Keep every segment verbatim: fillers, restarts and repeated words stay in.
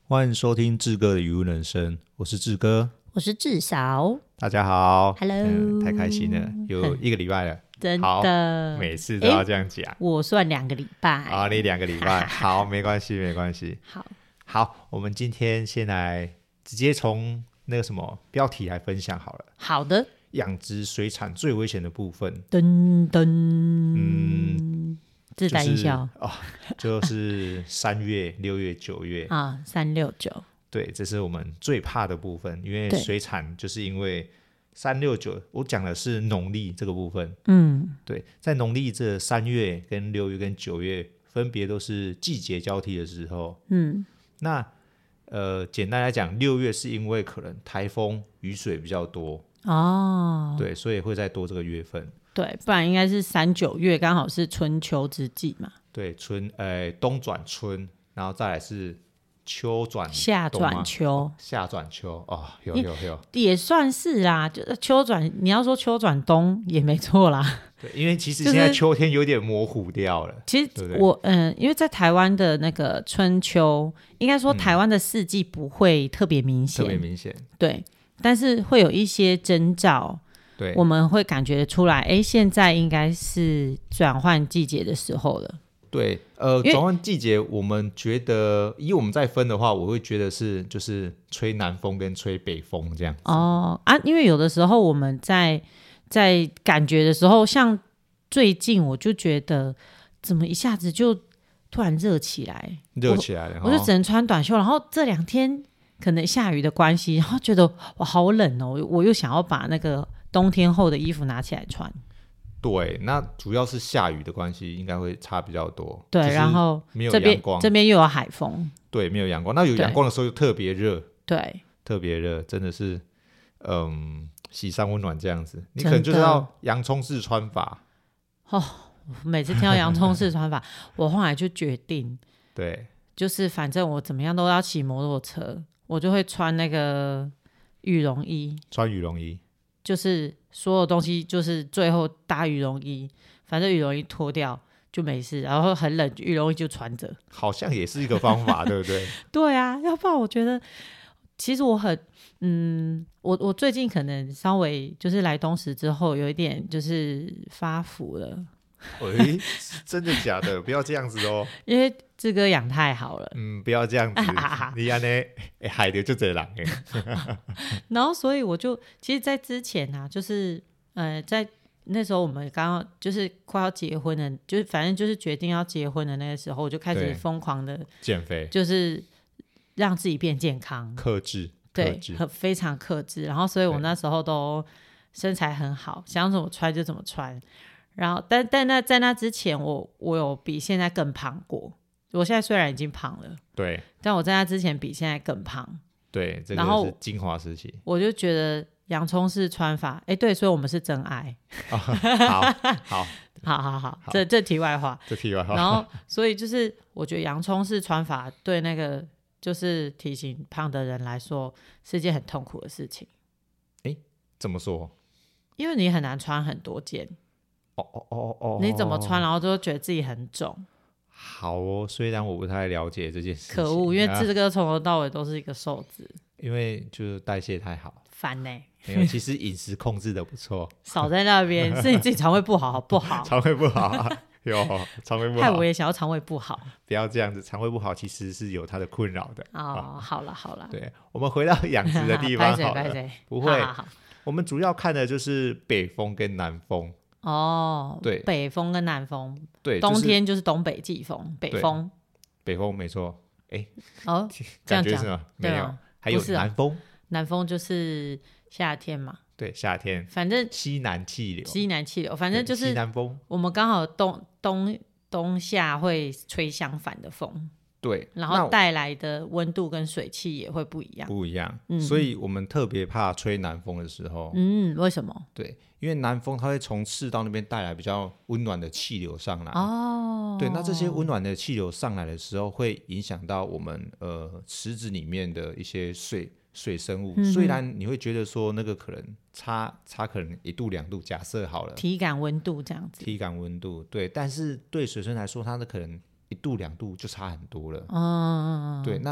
欢迎收听志哥的语文人生，我是志哥， 我是志嫂。 大家好 Hello、 嗯、太开心了，有一个礼拜了真好的每次都要这样讲。 我算两个礼拜啊，你两个礼拜好，没关系没关系。 好好，我们今天先来直接从那个什么标题来分享好了。 好的， 养殖水产最危险的部分。 噔噔， 嗯， 自带音效、 就是哦、就是三月六月九月啊，三六九， 对，这是我们最怕的部分，因为水产就是因为三六九，我讲的是农历这个部分。 嗯， 对，在农历这三月跟六月跟九月分别都是季节交替的时候。 嗯， 那呃，简单来讲，六月是因为可能台风雨水比较多哦， 对，所以会再多这个月份。 对，不然应该是三九月刚好是春秋之际嘛。 对，春呃冬转春，然后再来是秋转夏转秋、 哦、夏转秋哦，有有有， 也算是啦，就是秋转，你要说秋转冬也没错啦。 对，因为其实现在秋天有点模糊掉了。 其实对对我嗯，因为在台湾的那个春秋，应该说台湾的四季不会特别明显、 嗯，特别明显， 对，但是会有一些征兆。 对， 我们会感觉出来，哎，现在应该是转换季节的时候了。 对，呃，转换季节，我们觉得以我们再分的话，我会觉得是就是吹南风跟吹北风这样子。 哦啊，因为有的时候我们在在感觉的时候，像最近我就觉得怎么一下子就突然热起来， 热起来了， 我, 我就只能穿短袖，然后这两天可能下雨的关系，然后觉得哇好冷哦，我又想要把那个冬天厚的衣服拿起来穿。 对，那主要是下雨的关系，应该会差比较多。 对，然后没有这边阳光， 这边又有海风。 对，没有阳光。那有阳光的时候就特别热， 对， 特别热，真的是，嗯，喜上温暖这样子。你可能就是要洋葱式穿法。 哦，每次听到洋葱式穿法，我后来就决定， 对， 就是反正我怎么样都要骑摩托车，我就会穿那个羽绒衣， 穿羽绒衣。 就是所有东西就是最后搭羽绒衣，反正羽绒衣脱掉就没事，然后很冷羽绒衣就穿着， 好像也是一个方法对不对？ 对啊，要不然我觉得其实我很嗯，我我最近可能稍微就是来东石之后有一点就是发福了。 喂，真的假的？不要这样子哦， 因为志哥养太好了， 嗯，不要这样子，你这样呢害得就这样然后所以我就其实在之前啊，就是呃在那时候我们刚刚就是快要结婚了，就是反正就是决定要结婚的那个时候，我就开始疯狂的减肥， 就是让自己变健康， 克制， 对，很非常克制。然后所以我那时候都身材很好，想怎么穿就怎么穿。然后但但那在那之前我我有比现在更胖过，我现在虽然已经胖了，对，但我在那之前比现在更胖， 对，这个是精华时期。 我就觉得洋葱式穿法，哎，对，所以我们是真爱。 哦、好好好好好，这这题外话， 这题外话。 然后所以就是我觉得洋葱式穿法对那个就是体型胖的人来说是一件很痛苦的事情。 哎，怎么说？ 因为你很难穿很多件。 哦哦哦哦， 你怎么穿然后就觉得自己很肿。 好哦，虽然我不太了解这件事情， 可恶，因为志哥从头到尾都是一个瘦子， 因为就是代谢太好， 烦呢、欸。 没有，其实饮食控制的不错， 少在那边是你自己肠胃不好好不好？ 肠胃不好、啊，有肠胃不好， 害我也想要肠胃不好。 不要这样子，肠胃不好其实是有它的困扰的。 哦，啊、好了好了， 对，我们回到养殖的地方好了，不会好好好， 我们主要看的就是北风跟南风。 哦， 对， 北风跟南风， 对， 冬天就是东北季风，北风， 北风没错。哎， 哦，这样讲是吗？没有，还有南风、啊， 南风就是夏天嘛。 对，夏天， 反正西南气流， 西南气流，反正就是西南风。 我们刚好冬冬冬夏会吹相反的风。 对， 然后带来的温度跟水汽也会不一样， 不一样、嗯，所以我们特别怕吹南风的时候。 嗯，为什么？ 对，因为南风它会从赤道那边带来比较温暖的气流上来。 哦， 对，那这些温暖的气流上来的时候，会影响到我们呃池子里面的一些水水生物、嗯。虽然你会觉得说那个可能差差可能一度两度，假设好了， 体感温度这样子。 体感温度，对，但是对水生来说，它的可能一度两度就差很多了。 嗯， 对，那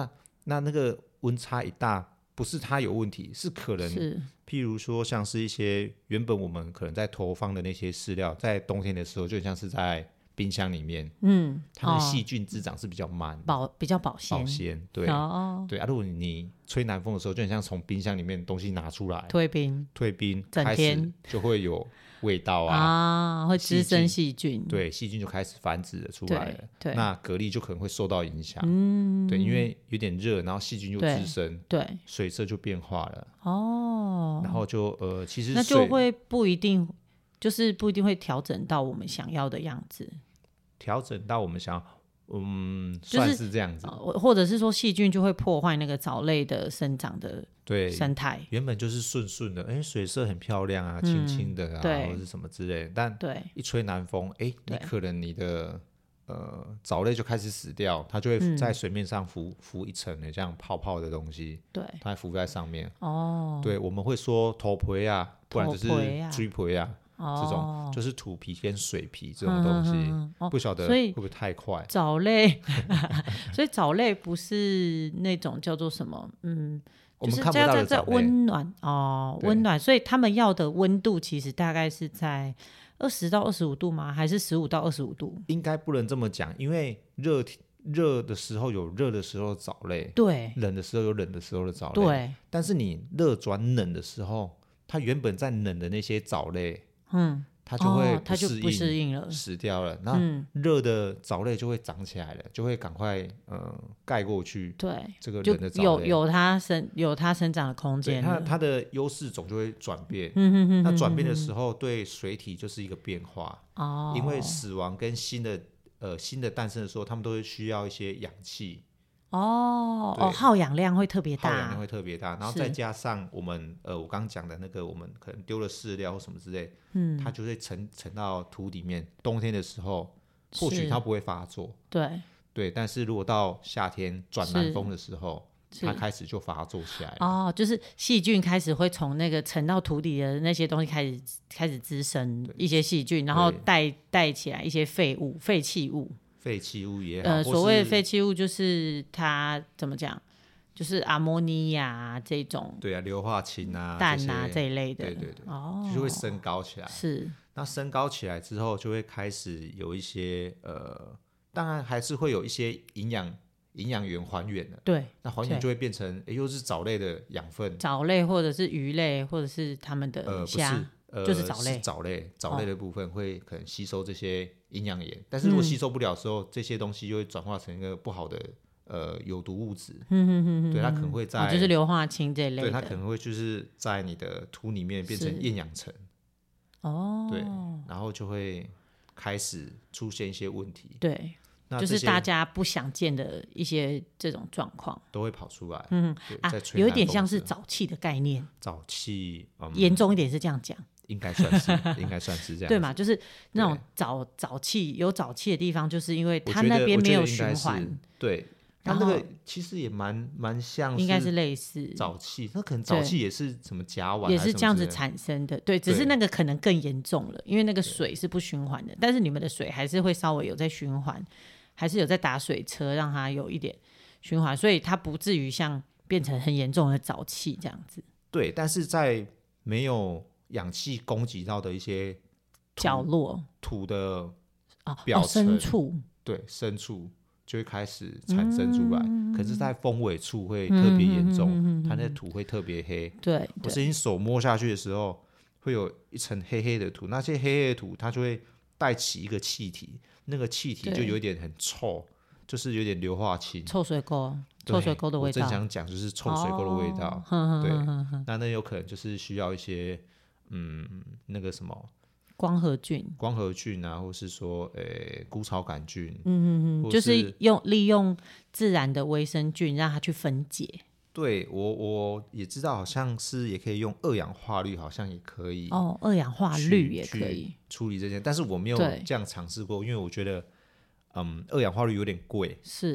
那那个温差一大，不是它有问题，是可能是譬如说像是一些原本我们可能在投放的那些饲料，在冬天的时候就很像是在冰箱里面， 嗯， 它的细菌滋长是比较慢的， 保比较保鲜， 保鲜，对、 哦， 对啊。如果你吹南风的时候，就很像从冰箱里面东西拿出来退冰退冰， 整开始天就会有味道啊， 啊，会滋生细菌， 对，细菌就开始繁殖了出来了， 对对那蛤蜊就可能会受到影响， 嗯， 对，因为有点热，然后细菌就对滋生， 对， 水色就变化了， 哦， 然后就呃，其实那就水会不一定，就是不一定会调整到我们想要的样子， 调整到我们想要，嗯， 就是算是这样子， 呃或者是说细菌就会破坏那个藻类的生长的对， 生态， 原本就是顺顺的，哎，水色很漂亮啊，清清的啊， 对或者是什么之类的，但对一吹南风，哎，你对可能你的呃藻类就开始死掉，它就会在水面上浮、浮一层的这样泡泡的东西， 对， 它会浮在上面。 哦， 对，我们会说头皮啊，不然就是头皮啊水皮啊， 哦， 这种就是土皮跟水皮这种东西， 嗯嗯嗯不晓得所以会不会太快？ 藻类，所以藻类不是那种叫做什么，嗯，就是我们看不要在在到的藻类， 温暖哦， 对温暖，所以他们要的温度其实大概是在二十到二十五度吗？还是十五到二十五度？ 应该不能这么讲，因为热热的时候有热的时候的藻类， 对冷的时候有冷的时候的藻类， 对， 但是你热转冷的时候，它原本在冷的那些藻类， 嗯， 它就会哦，它就不适应了， 死掉了。那嗯， 热的藻类就会长起来了，就会赶快呃盖过去对， 这个就冷的藻类。 有有它生有它生长的空对它间了， 它的优势种就会转变。 嗯哼哼那转变的时候，对水体就是一个变化， 哦， 因为死亡跟新的呃新的诞生的时候，它们都会需要一些氧气，对哦哦，耗氧量会特别大耗氧量会，特别大，然后是再加上我们呃我刚刚讲的那个，我们可能丢了饲料或什么之类， 嗯， 它就会沉沉到土里面。冬天的时候，或许是它不会发作， 对， 对，但是如果到夏天转南风的时候， 是它开始就发作起来了。 哦，就是细菌开始会从那个沉到土底的那些东西开始开始滋生一些细菌，然后带带起来一些废物、废弃物。 废弃物也好， 呃， 或所谓的是废弃物就是它怎么讲，就是阿摩尼亚这种对啊，硫化氢啊、 氮啊这些这一类的， 对对对， 哦， 就会升高起来。 是那升高起来之后，就会开始有一些呃，当然还是会有一些营养营养源还原的。 对那还原对就会变成，诶又是藻类的养分， 藻类或者是鱼类或者是他们呃， 的不是虾，， 呃， 就是藻类哦藻类，藻类的部分会可能吸收这些营养盐，但是如果吸收不了的时候，这些东西就会转化成一个不好的呃有毒物质，对，它可能会在， 哦，就是硫化氢这一类对，它的， 可能会就是在你的土里面变成是厌氧层， 哦， 对，然后就会开始出现一些问题， 对， 那这些就是大家不想见的一些这种状况。 都会跑出来， 嗯对， 啊在，吹有一南点像是风的时候沼气的概念， 沼气，嗯， 严重一点是这样讲， 应该算是，应该算是这样， 对嘛？？就是那种沼沼气有沼气的地方，就是因为它我觉得那边没有我觉得应该是循环， 对，它然后那个其实也蛮蛮像， 应该是类似， 沼气，那可能沼气也是什么甲烷， 也是这样子产。 产生的。对，只是对那个可能更严重了，因为那个水是不循环的，但是你们的水还是会稍微有在循环，还是有在打水车让它有一点循环，所以它不至于像变成很严重的沼气这样子。 对，但是在没有氧气供给到的一些角落土的啊， 表哦，深层处对深处就会开始产生出来， 嗯可是，在风尾处会特别严重，它那土会特别黑， 对或是对你手摸下去的时候，会有一层黑黑的土，那些黑黑的土它就会带起一个气体，那个气体就对有点很臭，就是有点硫化氢， 臭水沟， 对臭水沟的味我正道， 想讲就是臭水沟的味道， 哦哼哼对哼哼哼那那有可能就是需要一些嗯那个什么光合菌， 光合菌啊，或是说呃枯草杆菌， 嗯嗯嗯，就或是是用利用自然的微生菌让它去分解。 对我我也知道，好像是也可以用二氧化氯，好像也可以哦，二氧化去氯也可以， 去处理这件，但是我没有对这样尝试过，因为我觉得嗯二氧化氯有点贵， 是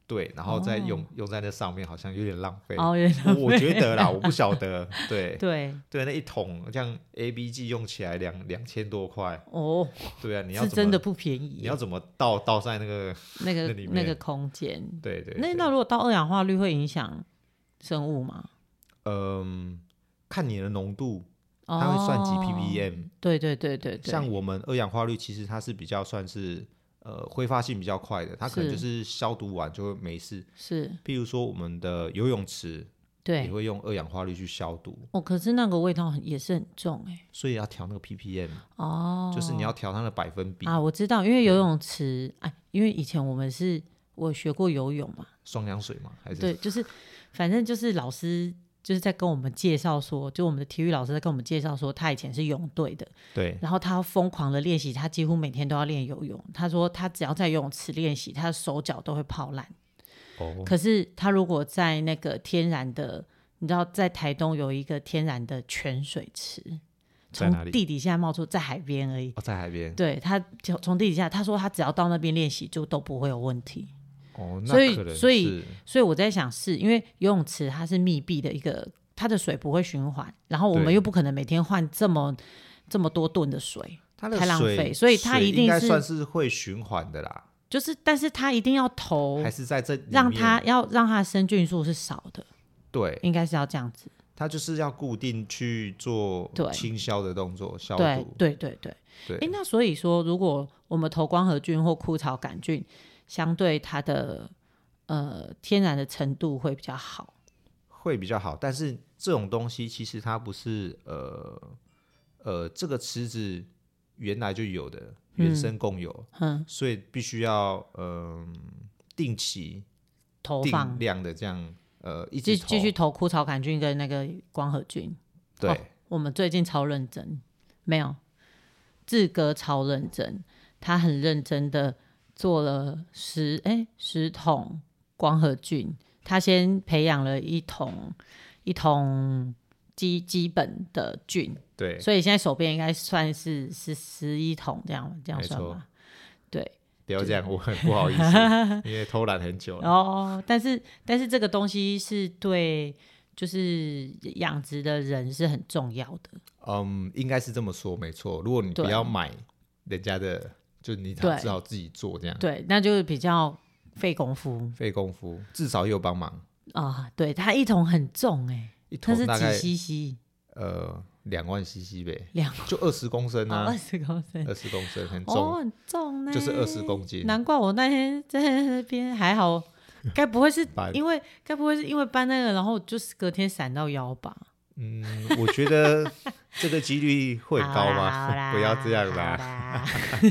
对，然后再用、哦、用在那上面，好像有点浪费。 哦，有点浪费。 我觉得啦，我不晓得。对对对，那一桶像 A B 剂用起来两两千多块。 哦， 对啊，你要怎么是真的不便宜。 你要怎么倒倒在那个那个那里面那个空间？ 对 对, 对。 那那如果到二氧化氯会影响生物吗？ 嗯，看你的浓度。它会算几 P P M、哦、 对对对对对， 像我们二氧化氯其实它是比较算是呃挥发性比较快的，它可能就是消毒完就会没事。 是， 譬如说我们的游泳池对也会用二氧化氯去消毒。 哦，可是那个味道很也是很重哎， 所以要调那个 P P M 哦， 就是你要调它的百分比啊。我知道，因为游泳池哎，因为以前我们是我学过游泳嘛， 双氧水嘛还是对，就是反正就是老师。就是在跟我们介绍说，就我们的体育老师在跟我们介绍说，他以前是泳队的， 对， 然后他疯狂的练习，他几乎每天都要练游泳。他说他只要在游泳池练习，他的手脚都会泡烂。哦，可是他如果在那个天然的，你知道，在台东有一个天然的泉水池，从地底下冒出，在海边而已。 哦，在海边。 对，他从地底下，他说他只要到那边练习，就都不会有问题。 哦，那所以可能是所以所以我在想是，因为游泳池它是密闭的一个，它的水不会循环，然后我们又不可能每天换这么这么多吨的水， 它的水太浪费，所以它一定是应该算是会循环的啦。 就是，但是它一定要投， 还是在这里面让它要让它的生菌数是少的， 对， 应该是要这样子。 它就是要固定去做清消的动作，消毒。 对对对对对。哎，那所以说，如果我们投光合菌或枯草杆菌，相对它的呃天然的程度会比较好， 会比较好。但是这种东西其实它不是呃呃这个池子原来就有的，原生共有，嗯，所以必须要嗯、呃、定期投放定量的这样呃一直继续投枯草杆菌跟那个光合菌。 对、哦， 我们最近超认真，没有志哥超认真，他很认真的。做了十哎十桶光合菌，他先培养了一桶一桶基基本的菌， 对， 所以现在手边应该算是是十一桶这样这样算吗？对， 不要这样，我很不好意思，因为偷懒很久了。 哦，但是但是这个东西是对就是养殖的人是很重要的。 嗯，应该是这么说，没错。如果你不要买人家的。就你只好自己做这样， 对，那就是比较费功夫， 费功夫，至少也有帮忙啊。对，它一桶很重哎、欸， 一桶大概几 C C？ 呃，两万 C C 呗， 两就二十公升啊， 二十、哦、公升， 二十公升很重， 哦，很重呢、欸， 就是二十公斤。 难怪我那天在那边还好，该不会是因为该不会是因为搬那个，然后就是隔天闪到腰吧？ 嗯，我觉得这个几率会高吗？不要这样啦，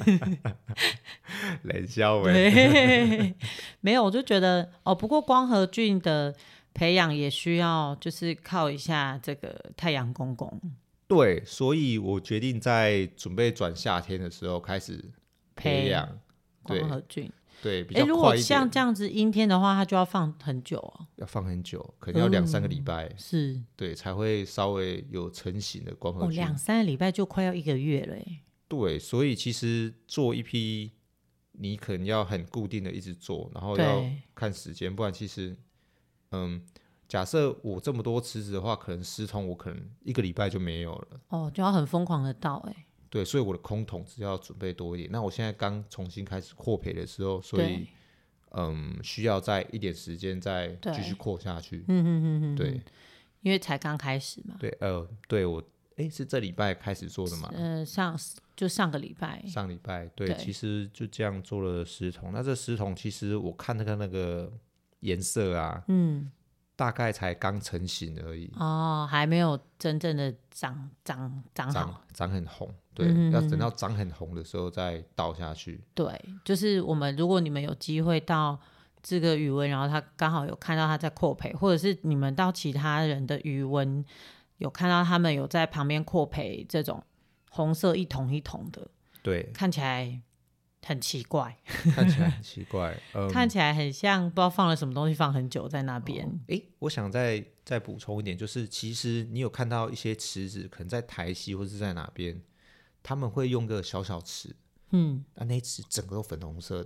冷笑对，没有，我就觉得哦，不过光合菌的培养也需要，就是靠一下这个太阳公公。 对，所以我决定在准备转夏天的时候开始培养光合菌。 对，比较快一点。 如果像这样子阴天的话，它就要放很久哦， 要放很久，可能要两三个礼拜， 嗯、是， 对，才会稍微有成型的光合菌。 哦，两三个礼拜就快要一个月了耶。 对，所以其实做一批，你可能要很固定的一直做，然后要看时间，不然其实，嗯，假设我这么多池子的话，可能十桶我可能一个礼拜就没有了。 哦，就要很疯狂的倒哎。 对，所以我的空桶只要准备多一点。那我现在刚重新开始扩培的时候，所以嗯，需要再一点时间再继续扩下去。 嗯哼哼哼， 对， 因为才刚开始嘛。 对，呃，对我，哎，是这礼拜开始做的吗？ 呃，上就上个礼拜。 上礼拜，对， 对其实就这样做了十桶。那这十桶其实我看那个那个颜色啊，嗯。大概才刚成型而已哦，还没有真正的长长长好， 长很红，对，嗯、要等到长很红的时候再倒下去。 对，就是我们如果你们有机会到这个渔塭，然后他刚好有看到他在扩培，或者是你们到其他人的渔塭有看到他们有在旁边扩培这种红色一桶一桶的， 对， 看起来很奇怪， 看起来很奇怪、 嗯、看起来很像不知道放了什么东西放很久在那边、哦欸、我想再再补充一点，就是其实你有看到一些池子可能在台西或是在哪边他们会用个小小池，嗯，啊，那池整个都粉红色的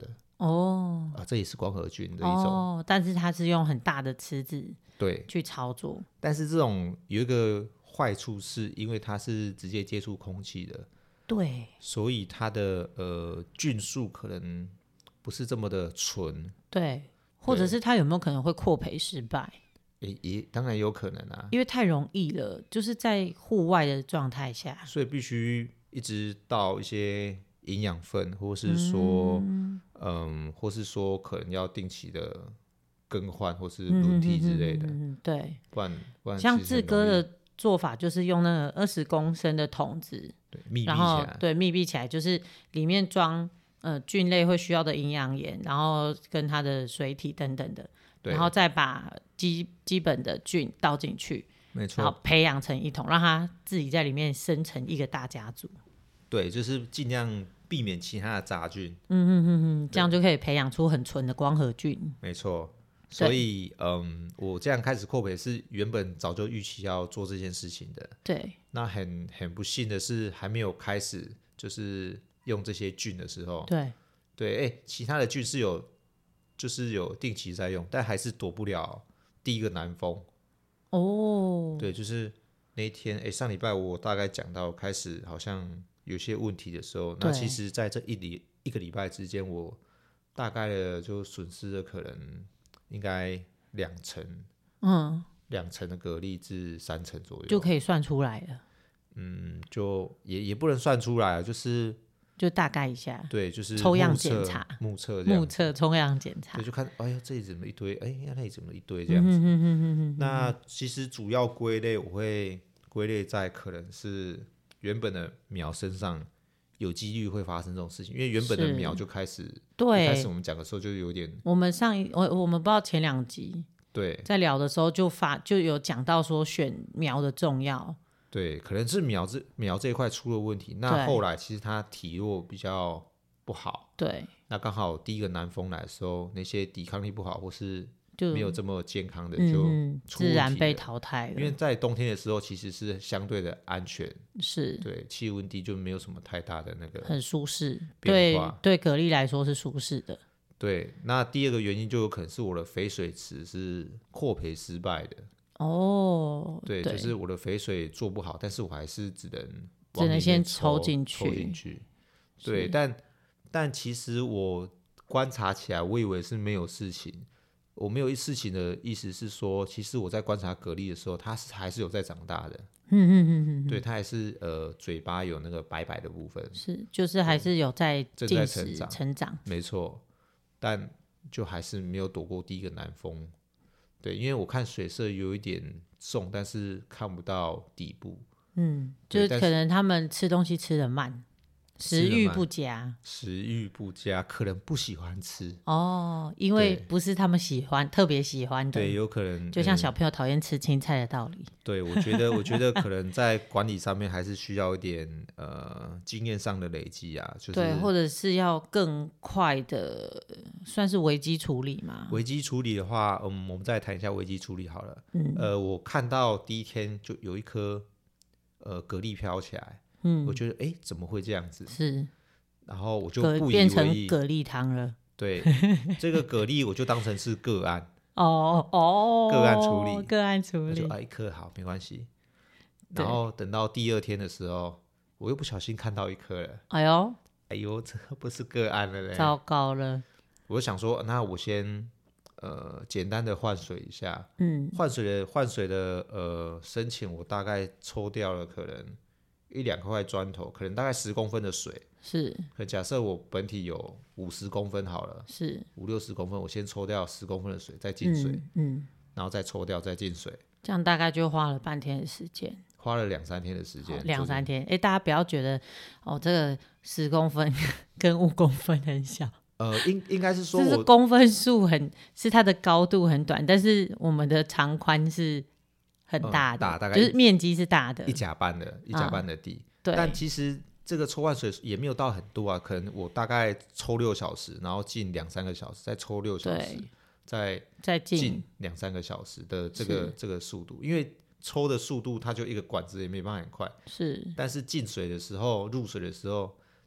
哦啊，这也是光合菌的一种。 哦，但是它是用很大的池子对， 去操作。 但是这种有一个坏处，是因为它是直接接触空气的， 对所以它的呃菌数可能不是这么的纯。 对，或者是它有没有可能会扩培失败？ 也也当然有可能啊， 因为太容易了，就是在户外的状态下， 所以必须一直倒一些营养分，或是说，嗯、呃，或是说可能要定期的更换，或是轮替之类的。 嗯嗯嗯嗯、对， 不然不然像志哥的做法就是用那个二十公升的桶子， 对，密闭然起来， 后对密闭起来，就是里面装呃菌类会需要的营养盐，然后跟它的水体等等的，然后再把基基本的菌倒进去， 没错， 然后培养成一桶，让它自己在里面生成一个大家族。 对，就是尽量避免其他的杂菌。 嗯嗯嗯嗯，这样就可以培养出很纯的光合菌。 没错，所以嗯，我这样开始扩培是原本早就预期要做这件事情的。 对， 那很很不幸的是，还没有开始就是用这些菌的时候， 对对，哎、欸，其他的菌是有就是有定期在用，但还是躲不了第一个南风。 哦， 对，就是那一天，哎、欸，上礼拜我大概讲到开始好像有些问题的时候，那其实在这一礼一个礼拜之间，我大概的就损失了可能应该两成， 嗯， 两成的蛤蜊至三成左右， 就可以算出来了。 嗯，就也也不能算出来，就是就大概一下， 对，就是抽样检查、 目测、 目测抽样检查， 对，就看，哎呀，这里怎么一堆，哎呀，那里怎么一堆这样子。 嗯哼哼哼哼， 那其实主要归类，我会归类在可能是原本的苗身上有几率会发生这种事情，因为原本的苗就开始， 对， 一开始我们讲的时候就有点， 我们上一我我们不知道前两集对， 在聊的时候就发就有讲到说选苗的重要。 对，可能是苗这苗这一块出了问题，那后来其实它体弱比较不好， 对， 那刚好第一个南风来的时候，那些抵抗力不好或是就没有这么健康的嗯就自然被淘汰了， 因为在冬天的时候其实是相对的安全， 是对，气温低就没有什么太大的那个很舒适， 变化， 对对，蛤蜊来说是舒适的。 对，那第二个原因就有可能是我的肥水池是扩培失败的。 哦， 对，对，就是我的肥水做不好，但是我还是只能只能先抽进去， 抽进去。对，但但其实我观察起来，我以为是没有事情。我没有事情的意思是说，其实我在观察蛤蜊的时候，它是还是有在长大的。 嗯嗯嗯嗯， 对，它还是呃嘴巴有那个白白的部分， 是就是还是有在正在成长， 成长， 没错。但就还是没有躲过第一个南风。对，因为我看水色有一点重，但是看不到底部。 嗯，就是可能他们吃东西吃得慢，食欲不佳， 食欲不佳，可能不喜欢吃哦，因为不是他们喜欢特别喜欢的， 对，有可能就像小朋友讨厌吃青菜的道理。 嗯、对，我觉得，我觉得可能在管理上面还是需要一点呃经验上的累积啊，就是对，或者是要更快的，算是危机处理嘛。 危机处理的话，嗯，我们再谈一下危机处理好了。嗯，呃，我看到第一天就有一颗呃蛤蜊飘起来。嗯，我觉得哎，怎么会这样子？ 是， 然后我就不以为意， 变成蛤蜊汤了。 对，这个蛤蜊我就当成是个案。 哦哦， 个案处理， 个案处理， 就啊一颗好没关系。然后等到第二天的时候，我又不小心看到一颗了。 哎呦， 哎呦，这不是个案了嘞！ 糟糕了。 我就想说，那我先呃简单的换水一下。 嗯， 换水的换水的呃深浅，我大概抽掉了可能一两块砖头，可能大概十公分的水， 是。 可假设我本体有五十公分好了， 是五六十公分，我先抽掉十公分的水，再进水， 嗯，嗯然后再抽掉，再进水， 这样大概就花了半天的时间， 花了两三天的时间， 两三天。哎，大家不要觉得哦，这个十公分跟五公分很小。 呃，应应该是说我， 这是公分数很是它的高度很短，但是我们的长宽是很大的， 嗯、大大概就是面积是大的， 一甲半的一甲半的地、 嗯。对， 但其实这个抽换水也没有到很多啊，可能我大概抽六小时，然后进两三个小时，再抽六小时，再再进两三个小时的这个这个速度，因为抽的速度它就一个管子也没办法很快， 是， 但是进水的时候入水的时候。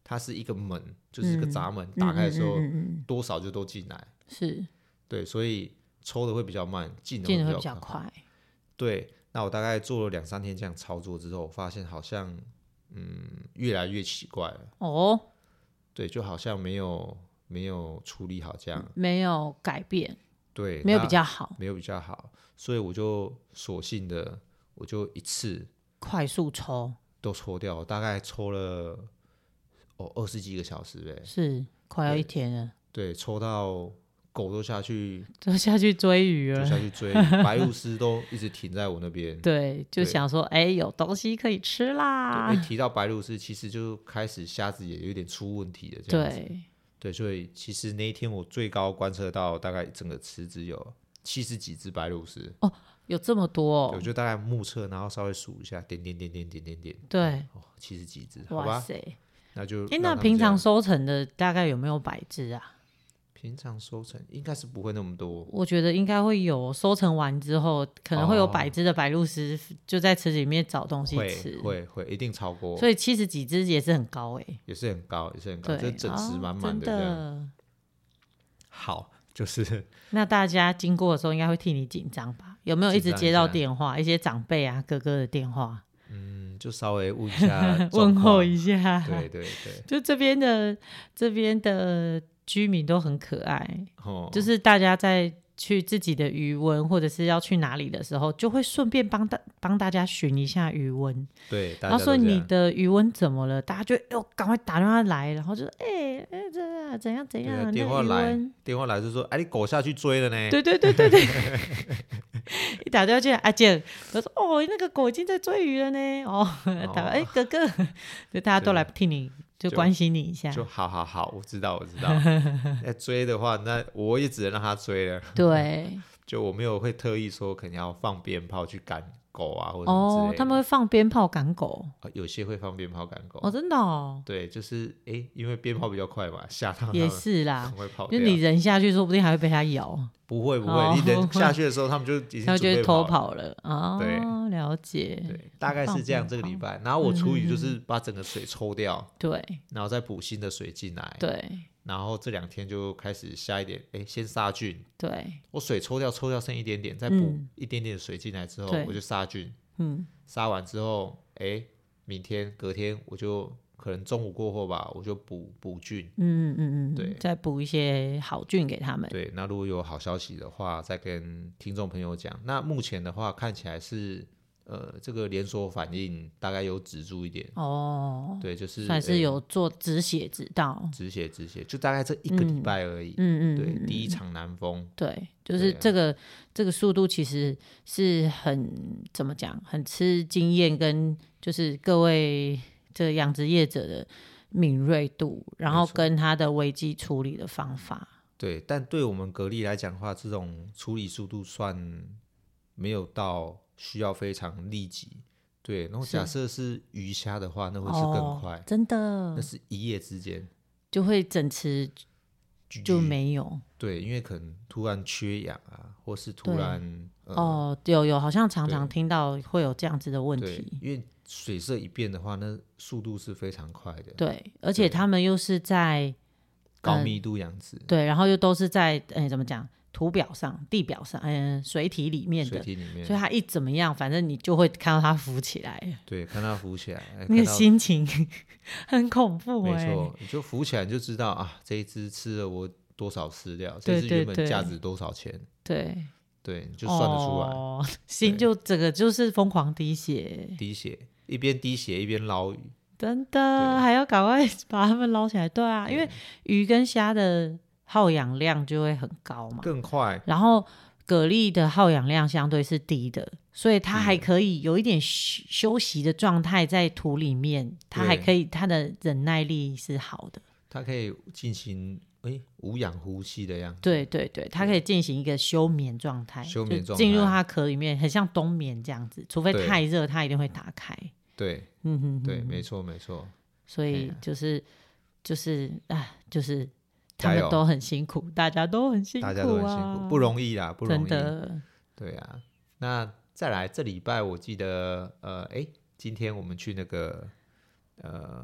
它是一个门，就是一个闸门，打开的时候、 嗯嗯嗯嗯嗯多少就都进来， 是对，所以抽的会比较慢，进的会比进的会比较较快。 快。 对，那我大概做了两三天这样操作之后，我发现好像嗯越来越奇怪了。 哦， 对，就好像没有没有处理好这样。 没有改变， 对， 没有比那较好， 没有比较好，所以我就索性的，我就一次快速抽都抽掉，我大概抽了哦二十几个小时呗。 是快要一天了， 对，抽到狗都下去， 就下去追鱼就了。 下去追，白鹭鸶都一直停在我那边。 对，就对想说，哎、有东西可以吃对， 啦。 一提到白鹭鸶，其实就开始虾子也有点出问题了，这样子。 对， 对，所以其实那一天我最高观测到大概整个池子有七十几只白鹭鸶。 有这么多、哦。 对我就大概目测，然后稍微数一下，点点点点点点点， 对， 哦，七十几只，好哇吧， 塞！ 那就哎、那让他们这样平常收成的大概有没有百只啊？ 平常收成应该是不会那么多， 我觉得应该会有，收成完之后可能会有哦百只的白鹭鸶就在池子里面找东西会吃， 会会一定超过， 所以七十几只也是很高哎、 也是很高，也是很高， 对， 就整池哦满满真的这样。 的。 好，就是那大家经过的时候应该会替你紧张吧？有没有一直接到电话，一些长辈啊、哥哥的电话， 嗯，就稍微问一下问状况候一下？ 对对对， 就这边的这边的居民都很可爱， 哦， 就是大家在去自己的渔温或者是要去哪里的时候，就会顺便帮大帮大家询一下渔温， 对，大然后说你家都这样的渔温怎么了，大家就哦赶快打电话来，然后就哎哎这样怎样怎对啊样，那渔电话来温， 电话来就说，哎，你狗下去追了呢， 对对对对对，一打电话进来，阿健，我说哦那个狗已经在追鱼了呢，哦，打哎、哥哥，就大家都来替你就就关心你一下， 就好好好，我知道我知道，要追的话，那我也只能让他追了。 对。 就我没有会特意说可能要放鞭炮去赶狗啊或者什么之类的。， 哦他们会放鞭炮赶狗啊有些会放鞭炮赶狗。 哦，真的哦， 对，就是哎、诶因为鞭炮比较快嘛，吓到他们也是啦赶，快跑就掉。 你人下去，说不定还会被它咬， 不会不会， 哦你人下去的时候，他们就已经它就会准备偷跑了。 跑了。哦， 对了解， 对，大概是这样。 放鞭炮这个礼拜，然后我处理就嗯是把整个水抽掉， 对然后再补新的水进来。 对然后这两天就开始下一点，哎，先杀菌。 对， 我水抽掉，抽掉剩一点点，再补嗯一点点水进来之后， 对我就杀菌。 嗯， 杀完之后，哎，明天隔天我就可能中午过后吧，我就补补菌。 嗯嗯嗯， 对再补一些好菌给他们。 对，那如果有好消息的话，再跟听众朋友讲。那目前的话，看起来是呃，这个连锁反应大概有止住一点。 哦， 对，就是算是诶有做止血之道。 止血止血，就大概这一个礼拜而已。 嗯嗯， 对， 嗯第一场南风。 对，就是对啊这个、这个速度其实是很怎么讲，很吃经验跟就是各位这个养殖业者的敏锐度，然后没错跟他的危机处理的方法。 对，但对我们蛤蜊来讲的话，这种处理速度算没有到需要非常立即。对，然后是假设是鱼虾的话，那会是更快， 哦、真的那是一夜之间就会整池就没有。 对，因为可能突然缺氧啊，或是突对然呃， 哦，有有，好像常常对听到会有这样子的问对题。， 因为水色一变的话，那速度是非常快的， 对，而且对他们又是在高密度养殖， 对，然后又都是在哎怎么讲土表上、地表上，嗯、水体里面的， 水体里面所以它一怎么样，反正你就会看到它浮起来， 对，看它浮起来，哎那个看到心情很恐怖没哎、 错，你就浮起来你就知道啊，这一只吃了我多少饲料，这对对只原本对价值多少钱， 对， 对，你就算得出来。 哦、心就整个就是疯狂滴血， 滴血，一边滴血一边捞鱼， 真对的还要赶快把它们捞起来。对啊，因为鱼跟虾的耗氧量就会很高嘛， 更快。 然后蛤蜊的耗氧量相对是低的，所以它还可以有一点休休息的状态在土里面，它还可以，它的忍耐力是好的。 它可以进行诶无氧呼吸的样子。 对对对，它可以进行一个休眠状态， 休眠状态就进入它壳里面，很像冬眠这样子。除非对太热，它一定会打开。 对嗯哼哼对，没错没错。 所以哎呀就是就是啊，就是他加油们都很辛苦，大家都很辛苦、啊， 大家都很辛苦，不容易啦，不容易。 真的。 对啊，那再来这礼拜，我记得呃，诶，今天我们去那个呃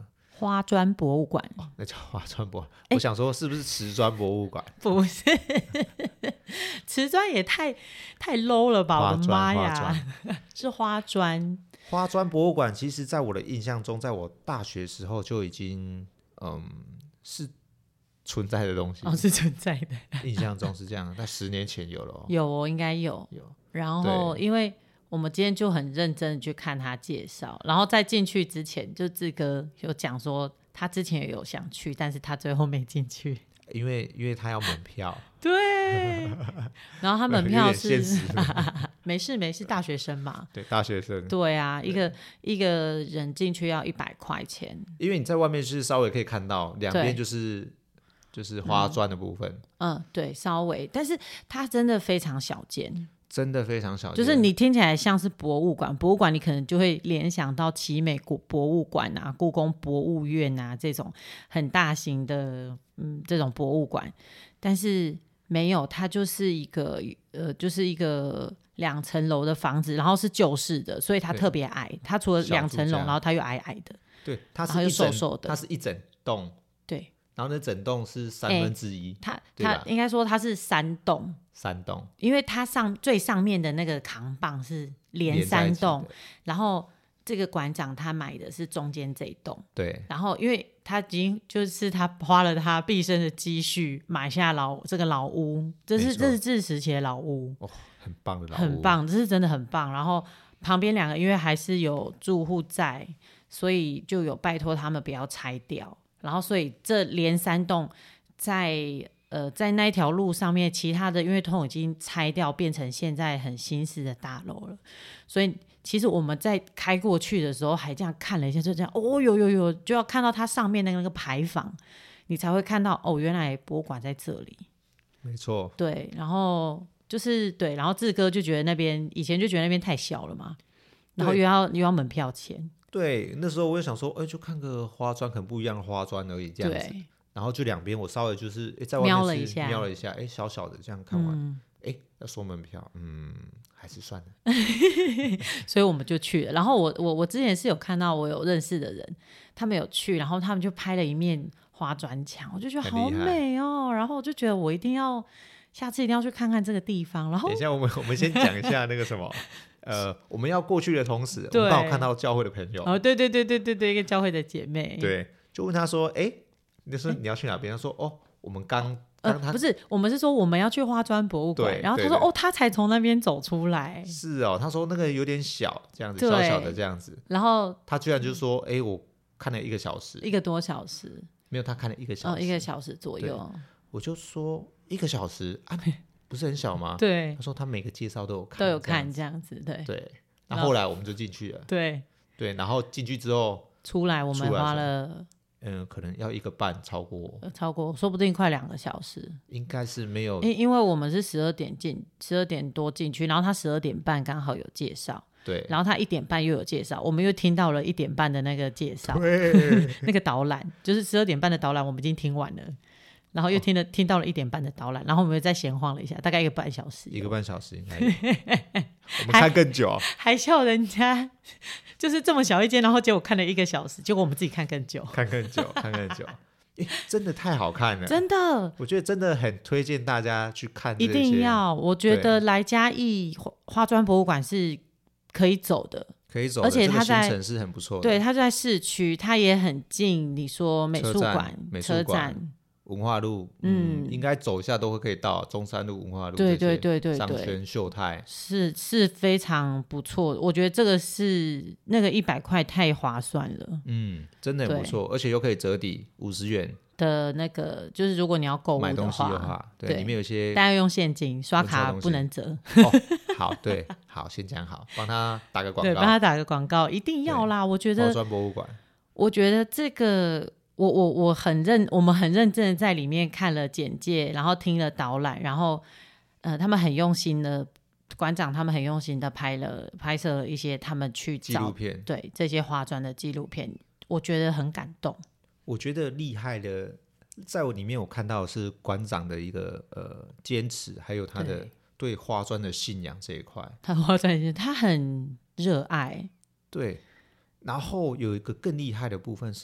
花砖博物馆、 哦、那叫花砖博物馆、欸、我想说是不是瓷砖博物馆？ 不是瓷砖也太太 low 了吧，我的妈呀是花砖。 花砖博物馆其实在我的印象中，在我大学时候就已经嗯是存在的东西。 哦，是存在的印象中是这样，在十年前有了、哦、 有哦，应该有有。 然后因为我们今天就很认真的去看他介绍，然后在进去之前就志哥有讲说他之前也有想去，但是他最后没进去， 因为因为他要门票对然后他门票是没事没事，大学生嘛， 对，大学生， 对啊，一个一个人进去要一百块钱， 因为你在外面是稍微可以看到两边就是就是花砖的部分， 嗯, 嗯对，稍微，但是它真的非常小间， 真的非常小， 就是你听起来像是博物馆，博物馆你可能就会联想到奇美博物馆啊、故宫博物院啊这种很大型的嗯这种博物馆，但是没有，它就是一个呃就是一个两层楼的房子，然后是旧式的，所以它特别矮，它除了两层楼，然后它又矮矮的， 对，它是一整瘦瘦的， 它是一整栋， 对， 然后那整栋是三分之一， 它它应该说它是三栋。 三栋， 因为它上最上面的那个扛棒是连三栋，然后这个馆长他买的是中间这一栋， 对， 然后因为他已经就是他花了他毕生的积蓄买下老这个老屋，这是这是日时期的老屋、 哦、很棒的老屋， 很棒，这是真的很棒。然后旁边两个因为还是有住户在，所以就有拜托他们不要拆掉，然后所以这连三栋在呃，在那一条路上面，其他的因为都已经拆掉，变成现在很新式的大楼了，所以其实我们在开过去的时候还这样看了一下，就这样哦，有有有，就要看到它上面的那个牌坊，你才会看到哦，原来博物馆在这里。 没错， 对，然后就是对，然后志哥就觉得那边以前就觉得那边太小了嘛，然后又要又要门票钱。 对，那时候我就想说，哎，就看个花砖，可能不一样的花砖而已，这样子。对，然后就两边我稍微就是在外面瞄了一下， 瞄了一下，哎，小小的这样看完，哎、嗯，要收门票，嗯，还是算了。 所以我们就去了。然后我我我之前是有看到我有认识的人，他们有去，然后他们就拍了一面花砖墙，我就觉得好美哦。然后我就觉得我一定要下次一定要去看看这个地方。然后等一下我们我们先讲一下那个什么。呃，我们要过去的同时，我们刚好看到教会的朋友。 哦，对对对对对对，一个教会的姐妹。 对，就问他说：“哎，你说你要去哪边？”他说：“哦，我们刚刚他、 呃、不是，我们是说我们要去花砖博物馆。”然后他说：“哦，他才从那边走出来。” 是哦，他说那个有点小，这样子小小的这样子。 然后他居然就说：“哎，我看了一个小时， 一个多小时。” 没有，他看了一个小时， 哦，一个小时左右。 我就说一个小时啊，不是很小吗？ 对， 他说他每个介绍都有看， 都有看这样子，对对。然后后来我们就进去了， 对对，然后进去之后出来，我们花了嗯，可能要一个半，超过超过，说不定快两个小时， 应该是没有， 因因为我们是十二点进，十二点多进去，然后他十二点半刚好有介绍， 对， 然后他一点半又有介绍，我们又听到了一点半的那个介绍，那个导览就是十二点半的导览，我们已经听完了。然后又听了、哦、听到了一点半的导览，然后我们又再闲晃了一下，大概一个半小时， 一个半小时应该我们看更久， 还笑人家就是这么小一间，然后结果看了一个小时，结果我们自己看更久， 看更久，看更久，真的太好看了， 真的， 我觉得真的很推荐大家去看这些， 一定要，我觉得来嘉义花砖博物馆是可以走的。 可以走的，而且它在、 这个行程是很不错的， 对，它在市区，它也很近。你说美术馆、车站、 文化路，嗯，应该走一下都会可以到中山路、文化路， 对对对对对， 商圈、秀泰是是非常不错。我觉得这个是那个一百块太划算了， 嗯，真的很不错，而且又可以折抵五十元的那个，就是如果你要购物的话， 买东西的话，对，对里面有些大家用现金，刷卡不能折。 哦，好，对，好，先讲好，帮他打个广告， 对，帮他打个广告，一定要啦。我觉得花砖博物馆， 我觉得这个。我我我很认，我们很认真的在里面看了简介，然后听了导览，然后呃，他们很用心的馆长，他们很用心的拍了拍摄了一些他们去找纪录片， 对这些花砖的纪录片，我觉得很感动。 我觉得厉害的，在我里面我看到的是馆长的一个呃坚持，还有他的对花砖的信仰这一块。 他花砖，他很热爱。 对，然后有一个更厉害的部分是。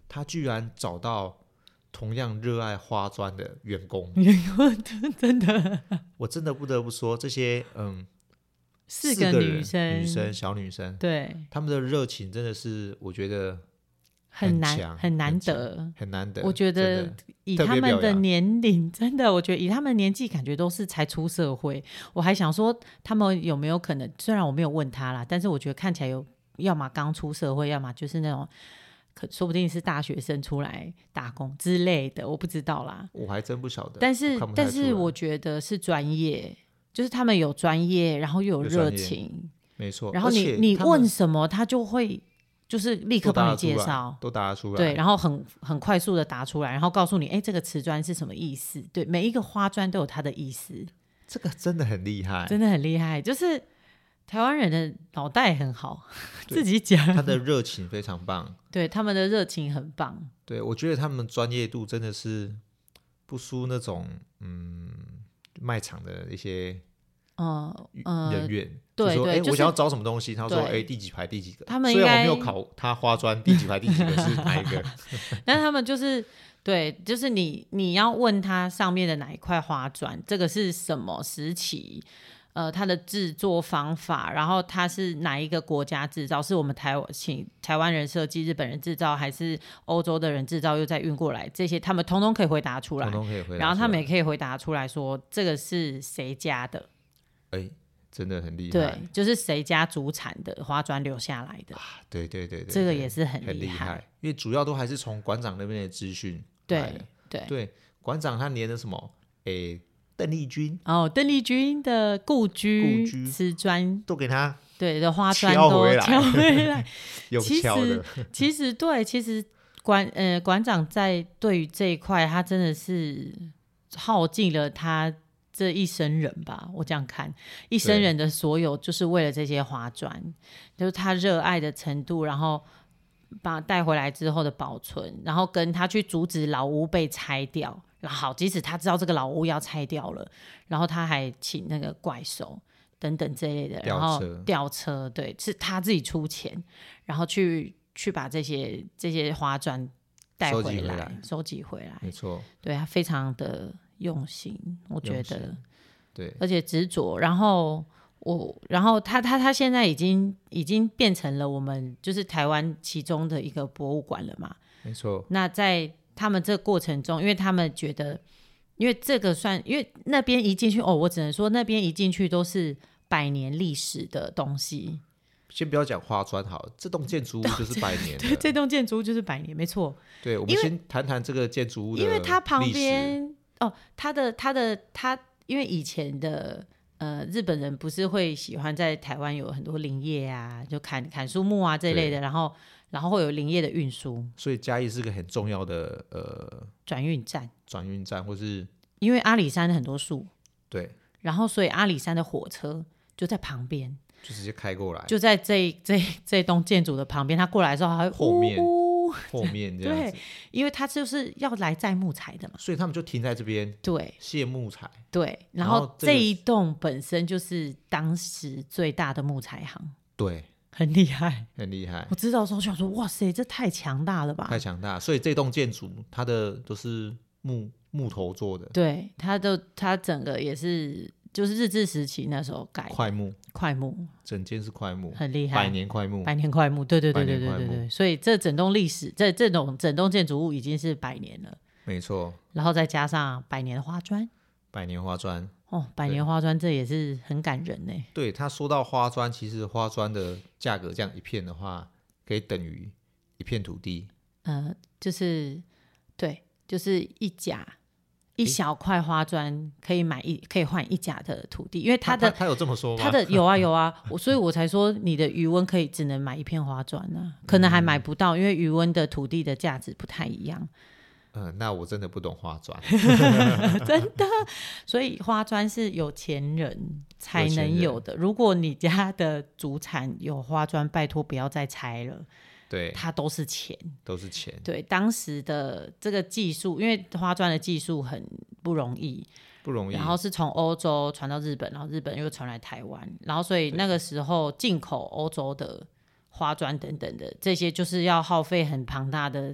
他居然找到同样热爱花砖的员工， 真的， 我真的不得不说，这些嗯， 四个女生， 女生小女生， 对， 他们的热情真的是我觉得很难强很难得， 很难得。 我觉得以他们的年龄，真的，我觉得以他们的年纪，感觉都是才出社会。我还想说，他们有没有可能？虽然我没有问他啦，但是我觉得看起来有，要么刚出社会，要么就是那种。可说不定是大学生出来打工之类的，我不知道啦。 我还真不晓得。 但是但是我觉得是专业，就是他们有专业，然后又有热情， 没错。 然后你你问什么，他就会就是立刻帮你介绍， 都答得出来。 对，然后很很快速的答出来，然后告诉你，哎，这个瓷砖是什么意思？对，每一个花砖都有它的意思。 这个真的很厉害， 真的很厉害，就是。台湾人的脑袋很好，自己讲， 他的热情非常棒， 对，他们的热情很棒， 对，我觉得他们专业度真的是不输那种嗯卖场的一些呃人员，呃、 对就说哎、 就是， 我想要找什么东西，他说哎第几排第几个， 他们应该虽然我没有考他花砖第几排第几个是哪一个， 但他们就是对，就是你你要问他上面的哪一块花砖，这个是什么时期。呃，它的制作方法，然后它是哪一个国家制造？是我们台湾请台湾人设计、日本人制造，还是欧洲的人制造又再运过来？这些他们通通可以回答出来， 通通可以回答出来， 然后他们也可以回答出来说这个是谁家的？ 哎，真的很厉害， 对，就是谁家主产的花砖留下来的， 啊、对, 对, 对, 对, 对， 这个也是很厉 害, 害，因为主要都还是从馆长那边的资讯来的。 对对对，馆长他连的什么？哎。邓丽君哦，邓丽君的故居瓷砖都给他对的花砖都敲回来， 用敲的。 其实对，其实馆呃馆长在对于这一块，他真的是耗尽了他这一生人吧，我这样看，一生人的所有就是为了这些花砖，就是他热爱的程度，然后把带回来之后的保存，然后跟他去阻止老屋被拆掉。好，即使他知道这个老屋要拆掉了，然后他还请那个怪手等等这类的，然后吊车，对，是他自己出钱，然后去去把这些这些花砖带回来，收集回来， 没错， 对，他非常的用心，我觉得， 对， 而且执着，然后我，然后他他他现在已经已经变成了我们就是台湾其中的一个博物馆了嘛， 没错， 那在他们这个过程中，因为他们觉得，因为这个算，因为那边一进去哦，我只能说那边一进去都是百年历史的东西。 先不要讲花砖好了，这栋建筑物就是百年的。 对，这栋建筑物就是百年，没错。 对，我们先谈谈这个建筑物的历史。 因为它旁边哦，它的它的它，因为以前的呃日本人不是会喜欢在台湾有很多林业啊，就砍砍树木啊这一类的，然后。然后会有林业的运输， 所以嘉义是个很重要的呃转运站， 转运站或是因为阿里山很多树， 对， 然后所以阿里山的火车就在旁边， 就直接开过来， 就在这这这栋建筑的旁边，他过来的时候还会后面呜后面这样子， 对，因为他就是要来载木材的嘛， 所以他们就停在这边， 对， 卸木材， 对，然后这一栋本身就是当时最大的木材行， 对。 很厉害， 很厉害。 我知道的时候想说，哇塞，这太强大了吧！ 太强大，所以这栋建筑它的都是木木头做的。 对，它的它整个也是，就是日治时期那时候盖块木， 块木， 整间是块木， 很厉害， 百年块木， 百年块木，对对对对对对对。所以这整栋历史，这这种整栋建筑物已经是百年了， 没错。 然后再加上百年花砖， 百年花砖。 哦，百年花砖这也是很感人呢。 对，他说到花砖，其实花砖的价格这样一片的话，可以等于一片土地。 呃，就是对，就是一甲一小块花砖可以买一可以换一甲的土地，因为他的他, 他, 他有这么说吗？ 他的有啊有啊，我所以我才说你的余温可以只能买一片花砖呢、啊，可能还买不到，因为余温的土地的价值不太一样。 嗯，那我真的不懂花砖真的，所以花砖是有钱人才能有的。如果你家的主产有花砖，拜托不要再拆了。 对， 它都是钱， 都是钱。 对，当时的这个技术，因为花砖的技术很不容易， 不容易。 然后是从欧洲传到日本，然后日本又传来台湾，然后所以那个时候进口欧洲的花砖等等的这些，就是要耗费很庞大的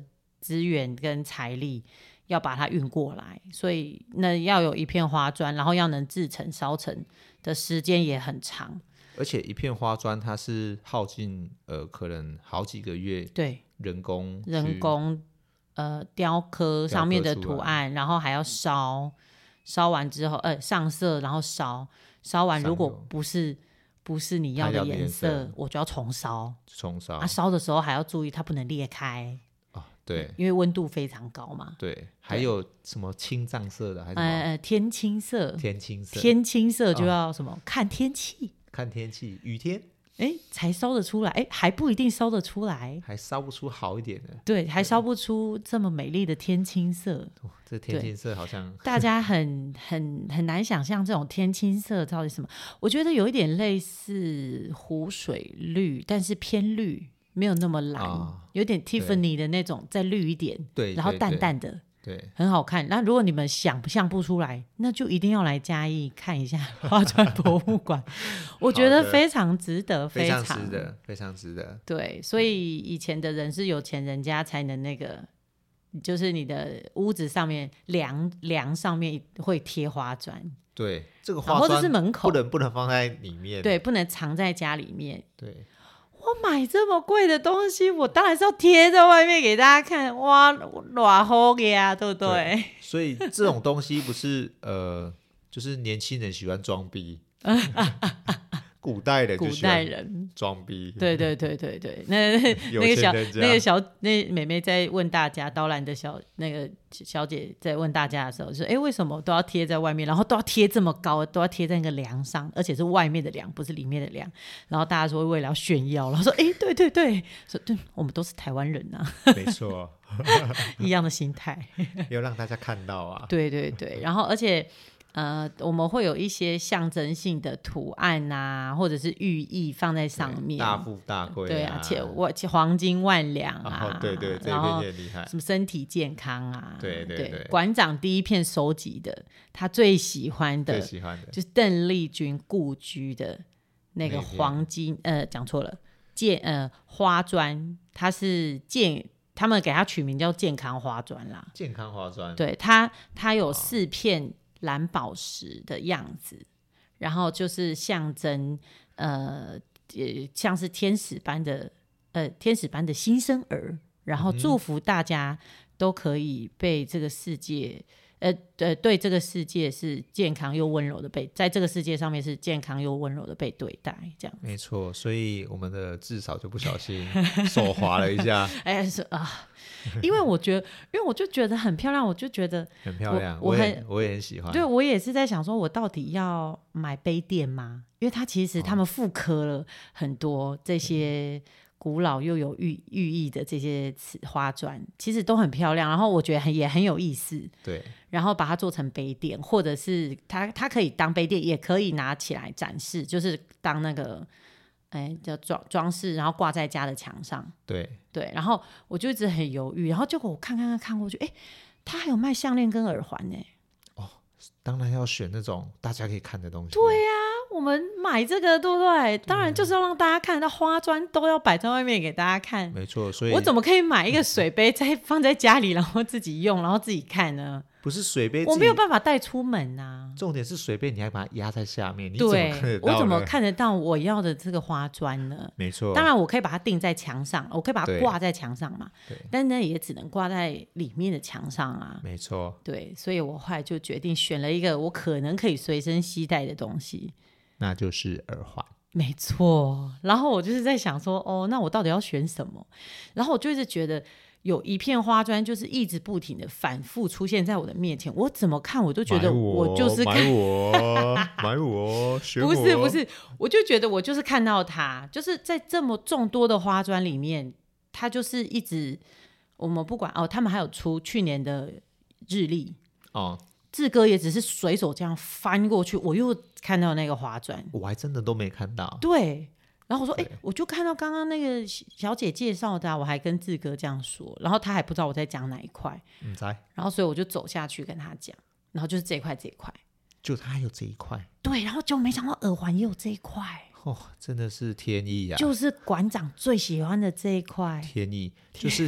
资源跟财力要把它运过来，所以那要有一片花砖，然后要能制成烧成的时间也很长， 而且一片花砖它是耗尽呃可能好几个月， 对， 人工人工呃雕刻上面的图案，然后还要烧，烧完之后呃上色，然后烧，烧完如果不是不是你要的颜色，我就要重烧， 重烧啊，烧的时候还要注意它不能裂开。 哦，对， 因为温度非常高嘛。 对，还有什么青藏色的，还是什么呃天青色， 天青色， 天青色就要什么、哦、看天气， 看天气，雨天， 哎，才烧得出来，哎，还不一定烧得出来， 还烧不出好一点的， 对，还烧不出这么美丽的天青色。 哦、这天青色好像大家很很很难想象这种天青色到底什么。我觉得有一点类似湖水绿，但是偏绿，没有那么蓝，哦、有点 Tiffany 的那种，再绿一点， 对， 然后淡淡的。 对， 很好看。那如果你们想不想不出来，那就一定要来嘉义看一下花砖博物馆，我觉得非常值得，非常值得，非常值得。 对，所以以前的人是有钱人家才能那个，就是你的屋子上面梁梁上面会贴花砖。 对，这个花砖或者是门口不能不能放在里面， 对，不能藏在家里面。 对。 我买这么贵的东西，我当然是要贴在外面给大家看，哇，多好呀，对不 对, 对？所以这种东西不是呃，就是年轻人喜欢装逼，古代人就喜欢装逼， 对对对对对。那那个小那个小那妹妹在问大家，刀兰的小那个小姐在问大家的时候，说：“哎，为什么都要贴在外面？然后都要贴这么高，都要贴在那个梁上，而且是外面的梁，不是里面的梁。”然后大家说为了要炫耀，然后说：“哎，对对对，说对，我们都是台湾人呐、啊， 没错， 一样的心态， 要让大家看到啊。” 对对对，然后而且。呃，我们会有一些象征性的图案啊，或者是寓意放在上面， 大富大贵、啊， 对啊，且我黄金万两啊， 哦、对对，这一片也厉害， 什么身体健康啊， 对对 对, 对。 馆长第一片收集的，他最喜欢的， 最喜欢的就是邓丽君故居的那个黄金，呃，讲错了，健呃花砖，它是健。他们给它取名叫健康花砖啦， 健康花砖， 对它，它有四片蓝宝石的样子，然后就是象征呃像是天使般的呃天使般的新生儿，然后祝福大家都可以被这个世界呃呃对这个世界是健康又温柔的被在这个世界上面是健康又温柔的被对待，这样没错。所以我们的至少就不小心手滑了一下， 哎是啊。因为我觉得，因为我就觉得很漂亮，我就觉得很漂亮， 我, 我, 我也我也很喜欢。 对，我也是在想说，我到底要买杯垫吗？因为它其实他们复刻了很多这些古老又有 寓, 寓意的这些花砖，其实都很漂亮，然后我觉得很也很有意思。 对， 然后把它做成杯垫，或者是它它可以当杯垫，也可以拿起来展示，就是当那个。哎，叫装装饰，然后挂在家的墙上。 对对，然后我就一直很犹豫，然后结果我看看看看过去，哎，他还有卖项链跟耳环呢。 哦，当然要选那种大家可以看的东西。 对呀、啊，我们买这个对不对？当然就是要让大家看到花砖都要摆在外面给大家看。 没错，所以我怎么可以买一个水杯再放在家里，然后自己用，然后自己看呢？ 不是水杯， 我没有办法带出门啊。 重点是水杯，你还把它压在下面，你怎么看得到呢？ 我怎么看得到我要的这个花砖呢？ 没错， 当然我可以把它钉在墙上，我可以把它挂在墙上嘛。 对， 但那也只能挂在里面的墙上啊。 没错， 对，所以我后来就决定选了一个我可能可以随身携带的东西， 那就是耳环。 没错，然后我就是在想说，哦，那我到底要选什么？然后我就一直觉得。有一片花砖就是一直不停的反复出现在我的面前，我怎么看我都觉得我就是看买我买我选我不是不是，我就觉得我就是看到它，就是在这么众多的花砖里面，它就是一直我们不管哦，他们还有出去年的日历哦， 志哥也只是随手这样翻过去，我又看到那个花砖， 我还真的都没看到。 对。然后我说，哎、欸，我就看到刚刚那个小姐介绍的、啊，我还跟志哥这样说，然后他还不知道我在讲哪一块， 嗯， 然后所以我就走下去跟他讲，然后就是这一块这一块， 就他有这一块， 对，然后就没想到耳环也有这一块， 哦，真的是天意啊， 就是馆长最喜欢的这一块， 天意，就是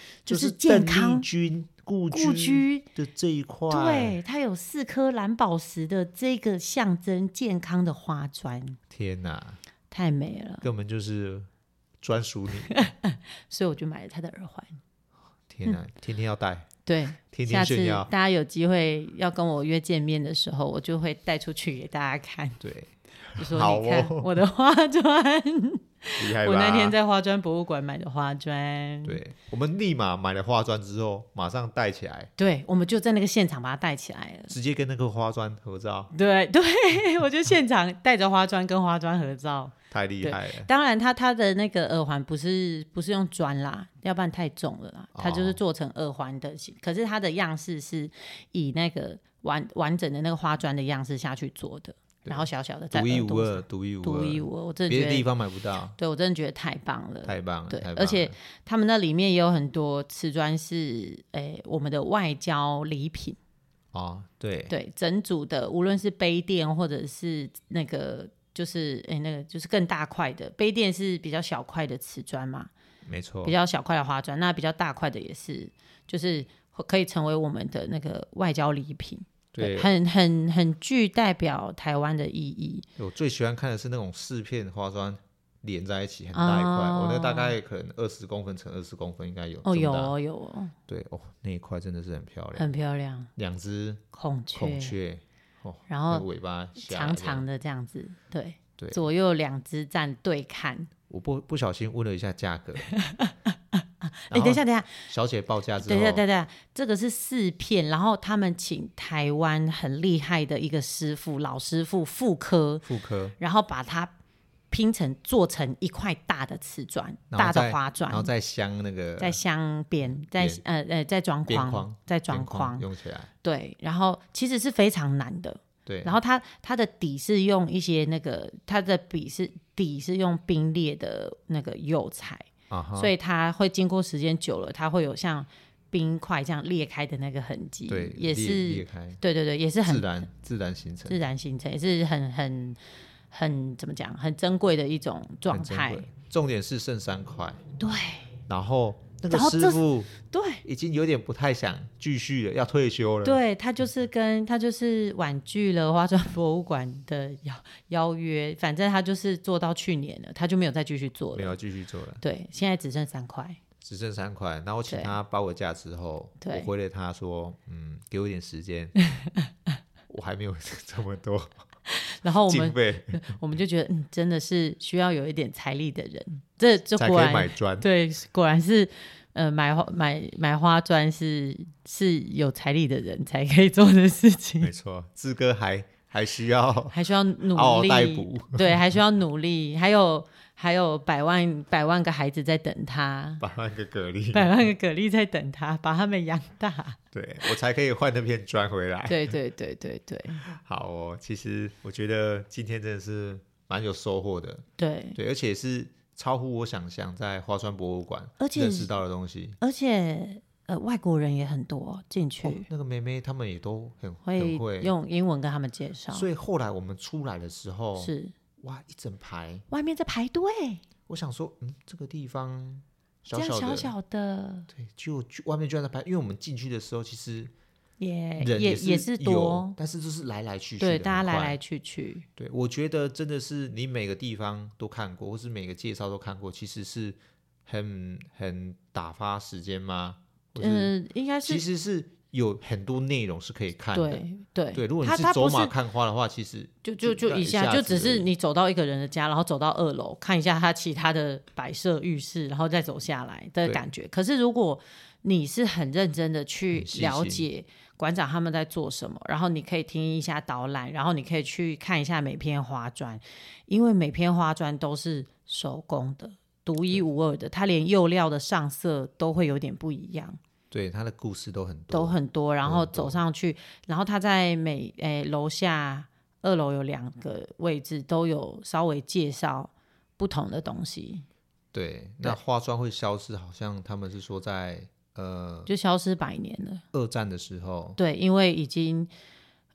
就是健康邓丽君故故居的这一块， 对，它有四颗蓝宝石的这个象征健康的花砖， 天哪， 太美了， 根本就是专属你。 所以我就买了它的耳环。 天哪，天天要戴， 对， 天下次天炫耀。 大家有机会要跟我约见面的时候，我就会带出去给大家看， 对， 就说好你看哦我的花砖， 厉害吧？ 我那天在花砖博物馆买的花砖。 对，我们立马买了花砖之后，马上戴起来， 对，我们就在那个现场把它带起来了。 直接跟那个花砖合照， 对对，我就现场带着花砖跟花砖合照。 太厉害了。 当然它，它的那个耳环不是不是用砖啦，要不然太重了啦。它就是做成耳环的形，哦、可是它的样式是以那个完完整的那个花砖的样式下去做的，然后小小的在独一无二， 耳朵上， 独一无二， 独一无二。我真的觉得别的地方买不到。 对，我真的觉得太棒了， 太棒了， 对， 太棒了。 而且他们那里面也有很多瓷砖是，诶，我们的外交礼品。 哦，对对，整组的，无论是杯垫或者是那个。就是诶，那个就是更大块的杯垫是比较小块的瓷砖嘛， 没错， 比较小块的花砖，那比较大块的也是，就是可以成为我们的那个外交礼品， 对， 很很很具代表台湾的意义。 我最喜欢看的是那种四片花砖连在一起，很大一块，我、哦哦、那大概可能二十公分乘二十公分应该有。 哦，有哦，有哦。 对哦，那一块真的是很漂亮， 很漂亮， 两只孔雀， 孔雀。哦、 然后尾巴长长的这样子，对对， 左右两只站对看。 我不不小心问了一下价格， 哎，等一下，等一下， 小姐报价之后， 等一下，等一下，这个是四片，然后他们请台湾很厉害的一个师傅，老师傅复刻， 复刻， 然后把它拼成做成一块大的瓷砖，大的花砖， 然后再镶那个， 再镶边，再呃呃再装框，再装框用起来。 对，然后其实是非常难的。 对， 然后它它的底是用一些那个，它的底是底是用冰裂的那个釉彩，啊、所以它会经过时间久了，它会有像冰块这样裂开的那个痕迹。 对， 也是裂开。 对对对，也是很自然自然形成， 自然形成，也是很很很怎么讲，很珍贵的一种状态。 重点是剩三块， 对， 然后。那个师傅对已经有点不太想继续了，要退休了。 对，他就是跟他就是婉拒了花砖博物馆的邀邀约，反正他就是做到去年了，他就没有再继续做了， 没有继续做了。 对，现在只剩三块， 只剩三块。然后我请他报我价之后，我回了他说：“嗯，给我一点时间，我还没有这么多。” 然后我们我们就觉得，嗯，真的是需要有一点财力的人，这就果然才可以买砖。 对，果然是呃买花买买花砖是是有财力的人才可以做的事情。 没错，志哥还还需要还需要努力， 嗷嗷待哺， 对，还需要努力，还有还有百万百万个孩子在等他， 百万个蛤蜊， 百万个蛤蜊在等他，把他们养大。 对，我才可以换那片砖回来。 对对对对对， 好哦，其实我觉得今天真的是蛮有收获的。 对对，而且是超乎我想象，在花砖博物馆认识到的东西， 而且呃，外国人也很多进去，哦、 那个妹妹他们也都很会会用英文跟他们介绍， 所以后来我们出来的时候是哇，一整排外面在排队。 我想说，嗯，这个地方。小小的， 小小的， 对，就外面就在拍，因为我们进去的时候，其实也人也也是多， 但是就是来来去去， 对，大家来来去去。 对，我觉得真的是你每个地方都看过，或是每个介绍都看过，其实是很很打发时间吗？ 嗯、呃，应该是， 其实是有很多内容是可以看的。 对对对，如果你是走马看花的话，其实就就就一下，就只是你走到一个人的家，然后走到二楼看一下他其他的摆设浴室，然后再走下来的感觉。可是如果你是很认真的去了解馆长他们在做什么，然后你可以听一下导览，然后你可以去看一下每片花砖，因为每片花砖都是手工的，独一无二的，它连釉料的上色都会有点不一样。 对，他的故事都很多， 都很多。然后走上去，然后他在每诶楼下二楼有两个位置，都有稍微介绍不同的东西。 对，那花砖会消失，好像他们是说在呃， 就消失百年了。 二战的时候， 对，因为已经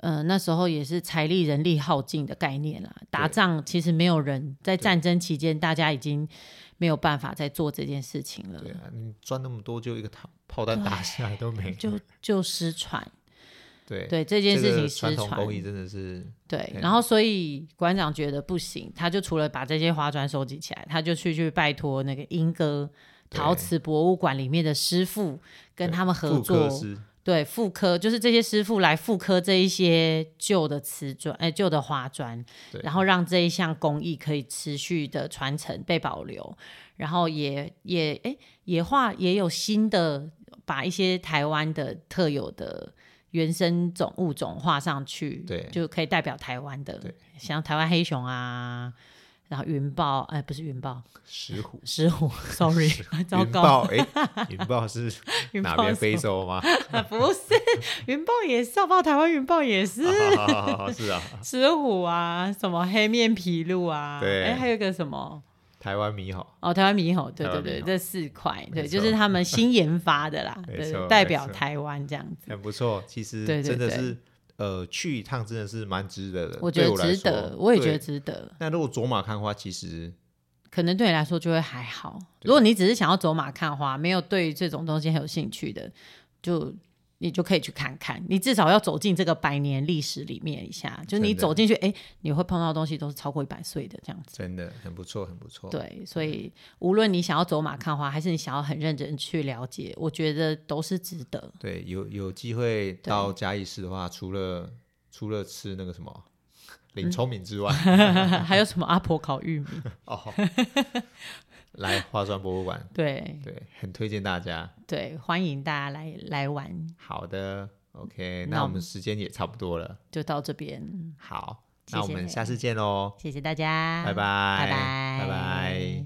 呃，那时候也是财力人力耗尽的概念啦。打仗其实没有人在战争期间，大家已经没有办法再做这件事情了。 对啊，你赚那么多，就一个炮弹打下来都没， 就就失传。 对对，这件事情失传， 这个传统工艺真的是对。然后所以馆长觉得不行，他就除了把这些花砖收集起来，他就去去拜托那个莺歌陶瓷博物馆里面的师傅跟他们合作。对，复刻就是这些师傅来复刻这一些旧的瓷砖，哎，旧的花砖，然后让这一项工艺可以持续的传承被保留，然后也也哎也画也有新的，把一些台湾的特有的原生种物种画上去，对，就可以代表台湾的，像台湾黑熊啊。然后云豹，哎，不是云豹， 石虎， 石虎 ，sorry， 糟糕。云豹，哎，云豹是哪边非洲吗？ 不是，云豹也是，好不好？台湾云豹也是， 好好好好是啊。 石虎啊，什么黑面琵鹭啊， 对， 哎，还有一个什么？ 台湾猕猴。 哦，台湾猕猴，对对对，这四块，对，就是他们新研发的啦，对，代表台湾这样子， 很不错。其实真的是。呃，去一趟真的是蛮值得的， 我觉得值得，我也觉得值得。 那如果走马看花，其实可能对你来说就会还好。如果你只是想要走马看花，没有对这种东西很有兴趣的，就你就可以去看看。你至少要走进这个百年历史里面一下，就你走进去，哎，你会碰到的东西都是超过一百岁的这样子， 真的很不错，很不错。 对，所以无论你想要走马看花，还是你想要很认真去了解，我觉得都是值得。 对，有有机会到嘉义市的话，除了除了吃那个什么林聪明之外， 嗯、还有什么阿婆烤玉米哦，来花砖博物馆， 对对，很推荐大家， 对，欢迎大家来来玩。 好的 ，OK， 那我们时间也差不多了， 就到这边。 好，那我们下次见喽， 谢谢大家， 拜拜， 拜拜， 拜拜。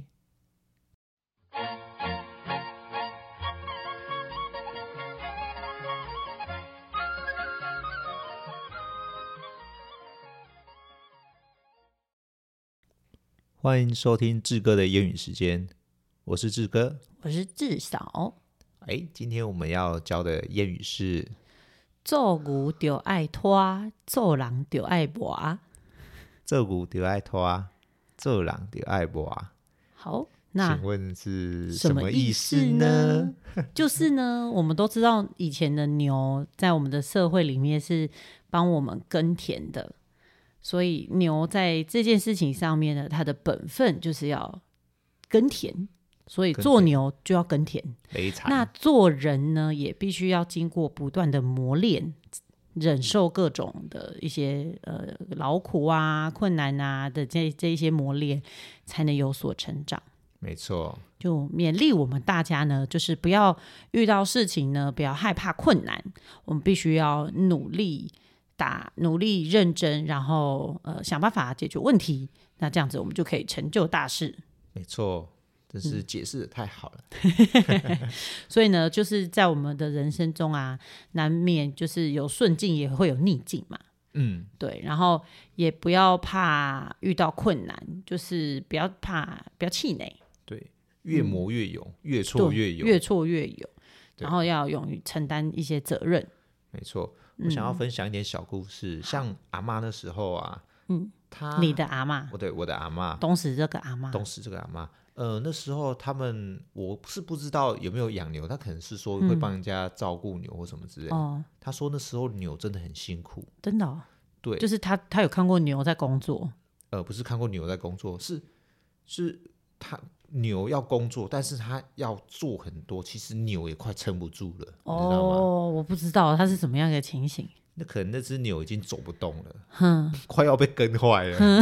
欢迎收听志哥的谚语时间，我是志哥， 我是志嫂。 哎，今天我们要教的谚语是： 做牛就爱拖，做人就爱磨。 做牛就爱拖，做人就爱磨。 好，那请问是什么意思呢？ 就是呢，我们都知道以前的牛在我们的社会里面是帮我们耕田的。所以牛在这件事情上面呢，它的本分就是要耕田，所以做牛就要耕田。那做人呢，也必须要经过不断的磨练，忍受各种的一些呃劳苦啊、困难啊的这这一些磨练，才能有所成长。 没错， 就勉励我们大家呢，就是不要遇到事情呢，不要害怕困难，我们必须要努力。打努力认真，然后呃想办法解决问题，那这样子我们就可以成就大事。 没错，真是解释的太好了。 嗯、所以呢，就是在我们的人生中啊，难免就是有顺境，也会有逆境嘛。嗯，对，然后也不要怕遇到困难，就是不要怕，不要气馁。 对，越磨越勇，嗯、越挫越勇， 越挫越勇，然后要勇于承担一些责任。 没错。我想要分享一点小故事，嗯、像阿嬷那时候啊，嗯，她你的阿嬷， 我对我的阿嬷， 东石这个阿嬷， 东石这个阿嬷，呃，那时候他们我是不知道有没有养牛，他可能是说会帮人家照顾牛或什么之类的。哦、嗯，他说那时候牛真的很辛苦， 真的、哦， 对， 就是他他有看过牛在工作， 呃，不是看过牛在工作，是是他。牛要工作，但是他要做很多，其实牛也快撑不住了，哦，你知道吗？ 我不知道它是怎么样一个情形。 那可能那只牛已经走不动了，哼，快要被耕坏了，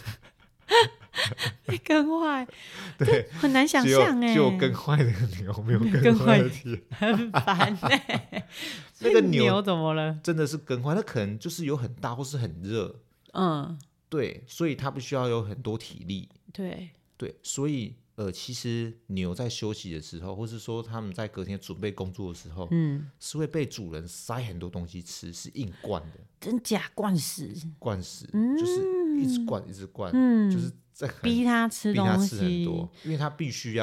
被耕坏，对，很难想象哎， 只有耕坏的牛，没有耕坏的田， 很烦哎、欸。 那个牛, 牛怎么了？ 真的是耕坏，它可能就是有很大或是很热，嗯，对，所以它必须要有很多体力， 对对，所以。呃，其实牛在休息的时候，或是说他们在隔天准备工作的时候，嗯，是会被主人塞很多东西吃，是硬灌的， 真假灌食， 灌食，嗯、就是一直灌，一直灌，嗯、就是在逼他吃东西， 逼他吃很多，因为他必须要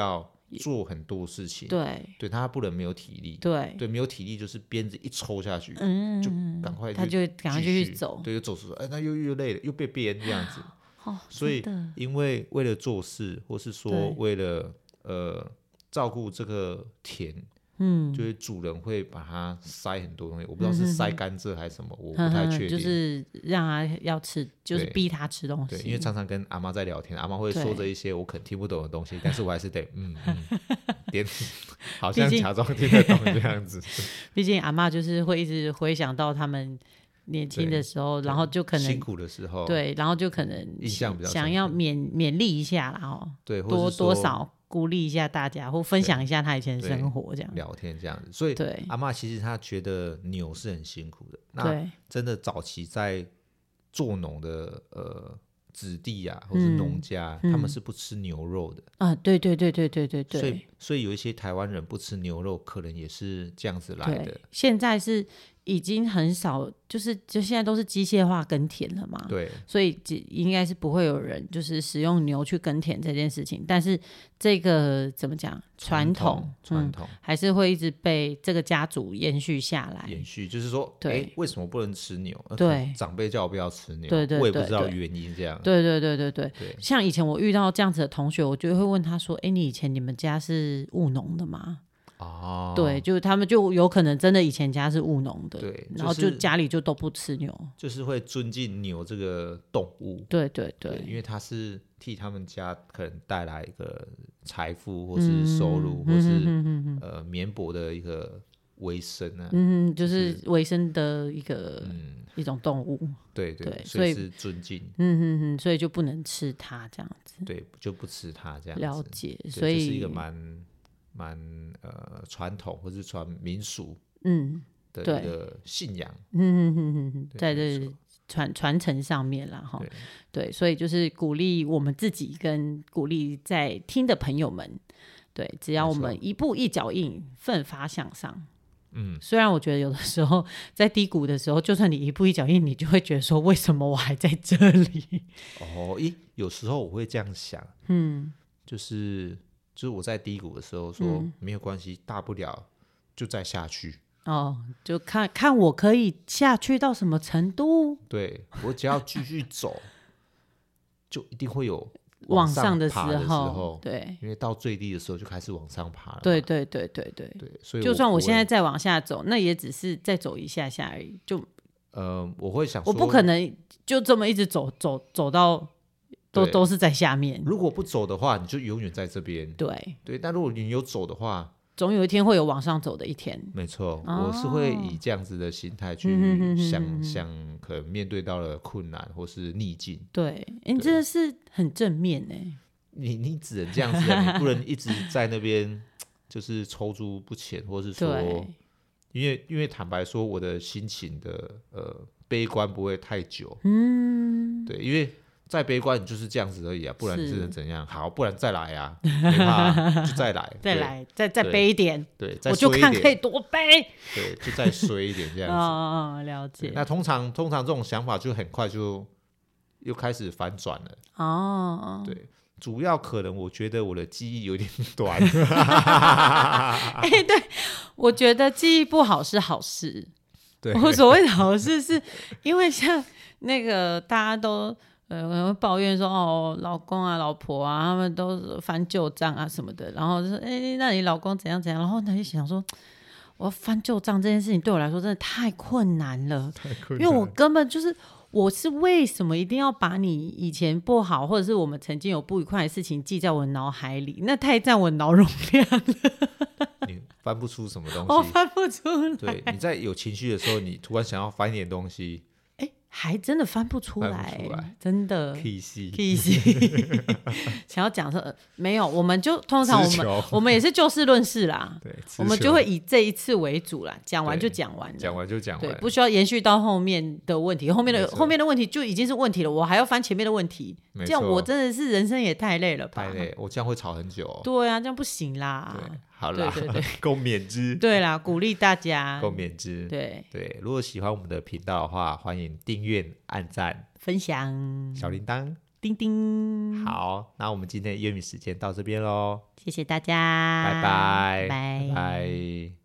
做很多事情， 对对，他不能没有体力， 对对，没有体力就是鞭子一抽下去， 嗯， 就赶快他就会赶快就去走， 对，就走出，哎，那又又累了，又被鞭这样子， 哦， 所以真的因为为了做事，或是说对为了呃照顾这个田。 嗯， 就是主人会把它塞很多东西，我不知道是塞甘蔗还是什么，我不太确定。 就是让他要吃，就是逼他吃东西。 对，因为常常跟阿妈在聊天，阿妈会说着一些我可能听不懂的东西，但是我还是得嗯嗯，点好像假装听得懂这样子。 毕竟阿妈就是会一直回想到他们年轻的时候，然后就可能辛苦的时候， 对，然后就可能印象比较想要勉勉励一下啦，哦， 对， 多多少鼓励一下大家，或分享一下他以前的生活，这样聊天这样子。所以对阿嬷其实她觉得牛是很辛苦的。那对， 真的早期在做农的呃子弟啊，或是农家， 嗯、 他们是不吃牛肉的啊。对对对对对对对。 所以所以有一些台湾人不吃牛肉，可能也是这样子来的。 现在是已经很少，就是就现在都是机械化耕田了嘛， 对， 所以应该是不会有人就是使用牛去耕田这件事情。但是这个怎么讲，传统传统、 嗯、还是会一直被这个家族延续下来。 延续就是说，对，为什么不能吃牛？ 对， 长辈叫我不要吃牛， 对对对对， 我也不知道原因这样。 对对对对对对， 像以前我遇到这样子的同学，我就会问他说：“哎，你以前你们家是务农的吗？” 哦， 对，就是他们就有可能真的以前家是务农的， 对，就是、 然后就家里就都不吃牛， 就是会尊敬牛这个动物。 对对 对, 对，因为它是替他们家可能带来一个财富，或是收入， 嗯、 或是、 嗯嗯嗯嗯、 呃绵薄的一个维生啊， 嗯，就是维生的一个、 嗯、 一种动物。 对 对, 对， 所以是尊敬， 嗯嗯嗯，所以就不能吃它这样子， 对，就不吃它这样子。 了解，所以这是一个蛮蛮呃传统或是传民俗嗯的一个信仰， 嗯嗯嗯嗯，在这传传承上面啦哈，对，所以就是鼓励我们自己跟鼓励在听的朋友们，对，只要我们一步一脚印，奋发向上。嗯，虽然我觉得有的时候在低谷的时候，就算你一步一脚印，你就会觉得说，为什么我还在这里？ 哦，咦，有时候我会这样想，嗯，就是就是我在低谷的时候说、嗯、没有关系，大不了就再下去。 哦，就看看我可以下去到什么程度。 对，我只要继续走，就一定会有往上的时候，时候对， 因为到最低的时候就开始往上爬了。 对对对对对对，所以就算我现在再往下走，那也只是再走一下下而已。就呃，我会想说， 我不可能就这么一直走走走到都都是在下面。 如果不走的话，你就永远在这边。 对对，但如果你有走的话， 总有一天会有往上走的一天。 没错、哦，我是会以这样子的心态去想、嗯、想可能面对到了困难或是逆境。 对，你真的是很正面哎。 你你只能这样子、啊，你不能一直在那边就是踌躇不前，或是说，因为因为坦白说，我的心情的呃悲观不会太久。嗯，对，因为。再悲观你就是这样子而已啊，不然你是能怎样？好，不然再来啊，没怕就再来， 再来，再再悲一点， 对， 我就看可以多悲， 对，就再衰一点这样子。 哦哦，了解。 那通常通常这种想法就很快就又开始反转了。哦，对，主要可能我觉得我的记忆有点短。 哎、欸，对，我觉得记忆不好是好事。 对， 我所谓的好事是因为像那个大家都。呃，可能会抱怨说哦，老公啊、老婆啊，他们都翻旧账啊什么的，然后就说，哎、欸，那你老公怎样怎样？然后他就想说，我要翻旧账这件事情对我来说真的太困难了， 太困难， 因为我根本就是，我是为什么一定要把你以前不好，或者是我们曾经有不愉快的事情记在我脑海里？那太占我脑容量了。 你翻不出什么东西， 我翻不出来。 对，你在有情绪的时候，你突然想要翻一点东西。 还真的翻不出来， 翻不出来真的。 K C K C 想要讲说、呃、没有，我们就通常我们我们也是就事论事啦， 对， 我们就会以这一次为主啦，讲完就讲完， 讲完就讲完， 对，不需要延续到后面的问题，后面的后面的问题就已经是问题了，我还要翻前面的问题，这样我真的是人生也太累了吧？ 太累，我这样会吵很久、哦。 对啊，这样不行啦。 对，好啦， 对对对， 共勉之。 对啦，鼓励大家， 共勉之。 对对，如果喜欢我们的频道的话，欢迎订阅、按赞、 分享、 小铃铛。 叮叮。 好，那我们今天的约米时间到这边喽， 谢谢大家， 拜拜， 拜拜。 拜拜。